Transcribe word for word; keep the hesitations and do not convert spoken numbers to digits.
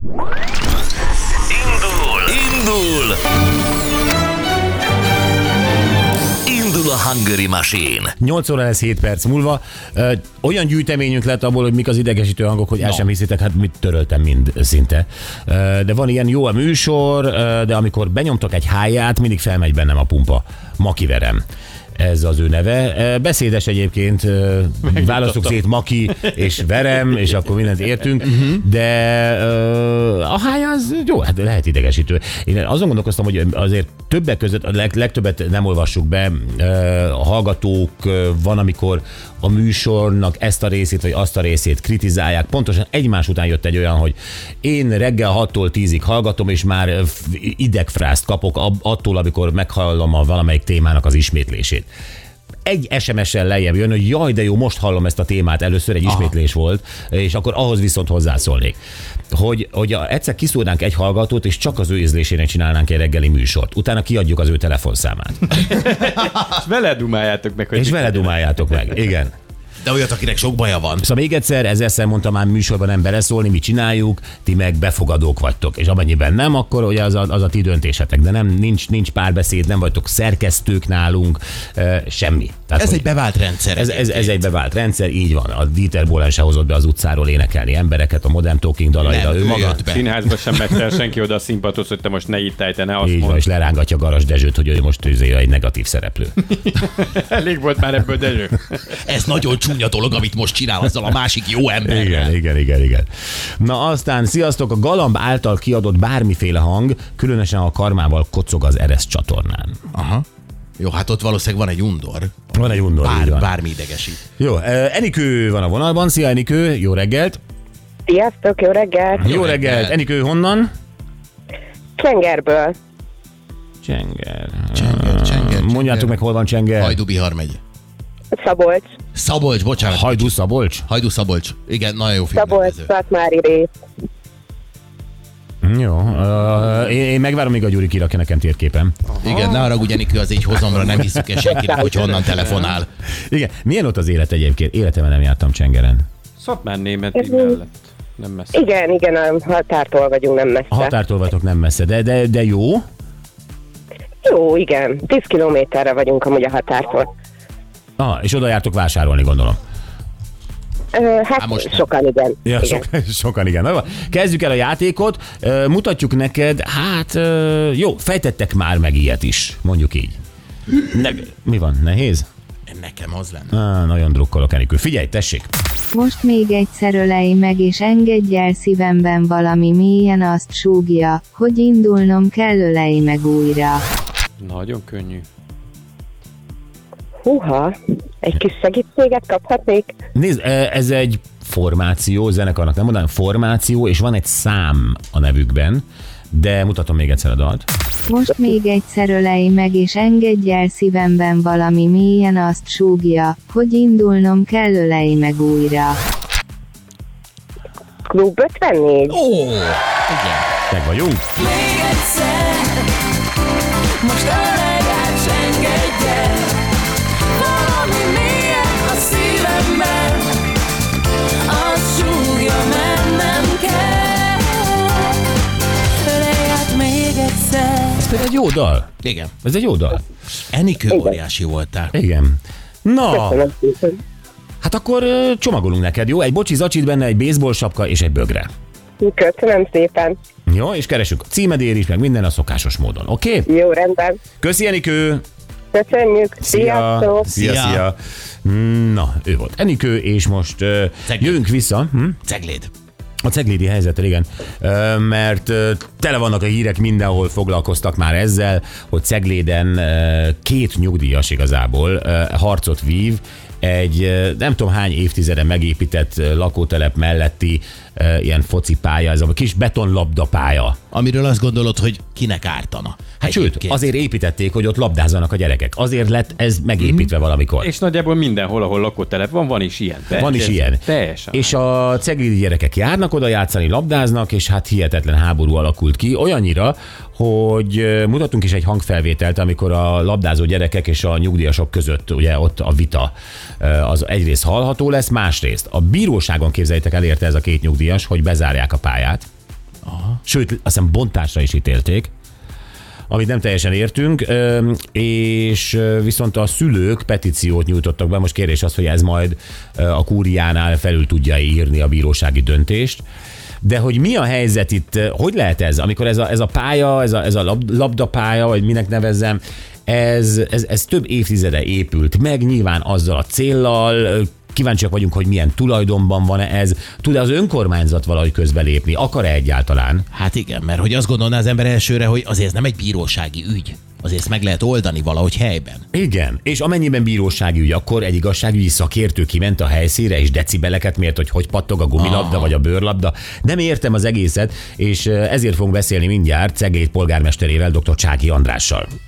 Indul! Indul! Indul a Hungary Machine. nyolc óra lesz hét perc múlva. Ö, olyan gyűjteményünk lett abból, hogy mik az idegesítő hangok, hogy el No. sem hiszitek, hát mit töröltem mind szinte. Ö, de van ilyen jó a műsor, ö, de amikor benyomtok egy háját, mindig felmegy bennem a pumpa. Maki Verem. Ez az ő neve. Beszédes egyébként, választjuk szét Maki és Verem, és akkor mindent értünk, de a hája az jó, hát lehet idegesítő. Én azon gondolkoztam, hogy azért többek között, a leg, legtöbbet nem olvassuk be, a hallgatók van, amikor a műsornak ezt a részét, vagy azt a részét kritizálják. Pontosan egymás után jött egy olyan, hogy én reggel hattól tízig hallgatom, és már idegfrászt kapok attól, amikor meghallom a valamelyik témának az ismétlését. Egy es em es-sel lejjebb jön, hogy jaj, de jó, most hallom ezt a témát, először egy ismétlés Aha. volt, és akkor ahhoz viszont hozzászólnék. Hogy, hogy egyszer kiszúrnánk egy hallgatót, és csak az ő ízlésének csinálnánk egy reggeli műsort. Utána kiadjuk az ő telefonszámát. És vele dumáljátok meg. Hogy és vele dumáljátok meg, igen. De olyat, akinek sok baja van. Szóval még egyszer, ezerszer mondtam már műsorban nem beleszólni, mi csináljuk, ti meg befogadók vagytok. És amennyiben nem, akkor ugye az a, az a ti döntésetek. De nem, nincs, nincs párbeszéd, nem vagytok szerkesztők nálunk, e, semmi. Tehát, Ez hogy egy bevált rendszer. Ez, ez, ez egy bevált rendszer, így van. A Dieter Bohlen se hozott be az utcáról énekelni embereket, a Modern Talking dalaira, ő maga. Színházba sem megy el senki oda a színpadhoz, hogy te most ne itt állj, te ne azt Így van, mondd. és lerángatja Garas Dezsőt, hogy ő most ő egy negatív szereplő. Elég volt már ebből, Dezső. Ez nagyon csúnya dolog, amit most csinál azzal a másik jó emberrel. Igen, igen, igen, igen. Na aztán, sziasztok, a Galamb által kiadott bármiféle hang, különösen a karmával kocog az Eresz csatornán. Aha. Jó, hát ott valószínűleg van egy undor. Van egy undor, Bár, így van. bármi idegesít. Jó, eh, Enikő van a vonalban. Szia, Enikő, jó reggelt. Sziasztok, jó reggelt! Jó reggelt. Enikő, honnan? Csengerből. Csenger. Csenger, Csenger, Mondjátok Csenger. meg, hol van Csenger? Hajdú-Bihar megy. Szabolcs. Szabolcs, bocsánat. Hajdú Szabolcs? Hajdú Szabolcs. Igen, nagyon jó Szabolcs, filmrendező. Szatmári rész. Jó, uh, én, én megvárom, míg a Gyuri kirakja nekem térképen. Igen, ne haragudj, Enikő, az így hozomra nem hiszük el senkinek, hogy honnan telefonál. Igen, milyen ott az élet egyébként? Életemben nem jártam Csengeren. Szatmár német mellett. Nem messze. Igen, igen, a határtól vagyunk, nem messze. A határtól vagytok nem messze, de, de, de jó. Jó, igen. tíz kilométerre vagyunk amúgy a határtól. Ah, és oda jártok vásárolni, gondolom. Ö, hát Há, most nem. sokan, igen. Ja, igen. sok, sokan igen. Na, kezdjük el a játékot, Ö, mutatjuk neked, hát ö, jó, fejtettek már meg ilyet is, mondjuk így. Ne, mi van, nehéz? Nekem az lenne. Ah, nagyon drukkolok, Enikő. Figyelj, tessék! Most még egyszer ölej meg és engedj el szívemben valami mélyen azt súgja, hogy indulnom kell, ölej meg újra. Nagyon könnyű. Húha, egy kis segítséget kaphatnék? Nézd, ez egy formáció, zenekarnak nem mondanám, formáció, és van egy szám a nevükben, de mutatom még egyszer a dalt. Most még egyszer ölej meg és engedj el szívemben valami mélyen azt súgja, hogy indulnom kell, ölej meg újra. Klub ötvennégy? Ó, igen. Meg vagyunk? Még egyszer, most ölej át, s engedj el valami mélyen a szívemben, azt súgja, mennem kell. Ölej át még egyszer. Ez például egy jó dal. Igen. Ez egy jó dal. Enikő, óriási voltál. Igen. Na, Köszönöm szépen. hát akkor ö, csomagolunk neked, jó? Egy bocsi zacsit benne, egy baseball sapka és egy bögre. Köszönöm szépen. Jó, és keresünk a címedér is, meg minden a szokásos módon, oké? Okay? Jó, rendben. Köszi, Enikő! Köszönjük. Sziasztok. Szia, Szia. szia! Na, ő volt Enikő, és most ö, Cegléd. jövünk vissza. Hm? Cegléd. A ceglédi helyzetre, igen, Ö, mert ö, tele vannak a hírek, mindenhol foglalkoztak már ezzel, hogy Cegléden ö, két nyugdíjas igazából ö, harcot vív, egy ö, nem tudom hány évtizede megépített ö, lakótelep melletti ö, ilyen focipálya, ez a kis betonlabdapálya. Amiről azt gondolod, hogy kinek ártana. Hát sőt, Egyébként. azért építették, hogy ott labdázzanak a gyerekek. Azért lett ez megépítve valamikor. És nagyjából mindenhol, ahol lakótelep van, van is ilyen. Van is Ez ilyen. Teljesen. És a ceglédi gyerekek járnak oda játszani, labdáznak, és hát hihetetlen háború alakult ki. Olyannyira, hogy mutatunk is egy hangfelvételt, amikor a labdázó gyerekek és a nyugdíjasok között ugye ott a vita az egyrészt hallható lesz, másrészt a bíróságon, képzeljétek, elérte ez a két nyugdíjas, hogy bezárják a pályát. Aha. sőt, azt hiszem bontásra is ítélték, amit nem teljesen értünk, és viszont a szülők petíciót nyújtottak be, most kérés az, hogy ez majd a kúriánál felül tudja írni a bírósági döntést. De hogy mi a helyzet itt, hogy lehet ez, amikor ez a, ez a pálya, ez a, ez a lab, labdapálya, vagy minek nevezzem, ez, ez, ez több évtizede épült meg, nyilván azzal a céllal, kíváncsiak vagyunk, hogy milyen tulajdonban van ez, tud-e az önkormányzat valahogy közbelépni, akar-e egyáltalán? Hát igen, mert hogy azt gondolná az ember elsőre, hogy azért ez nem egy bírósági ügy. Azért ezt meg lehet oldani valahogy helyben. Igen, és amennyiben bírósági ügy, akkor egy igazságügyi szakértő kiment a helyszínre, és decibeleket mért, hogy hogy pattog a gumilabda ah. vagy a bőrlabda. Nem értem az egészet, és ezért fogunk beszélni mindjárt Cegléd polgármesterével, dr. Csáky Andrással.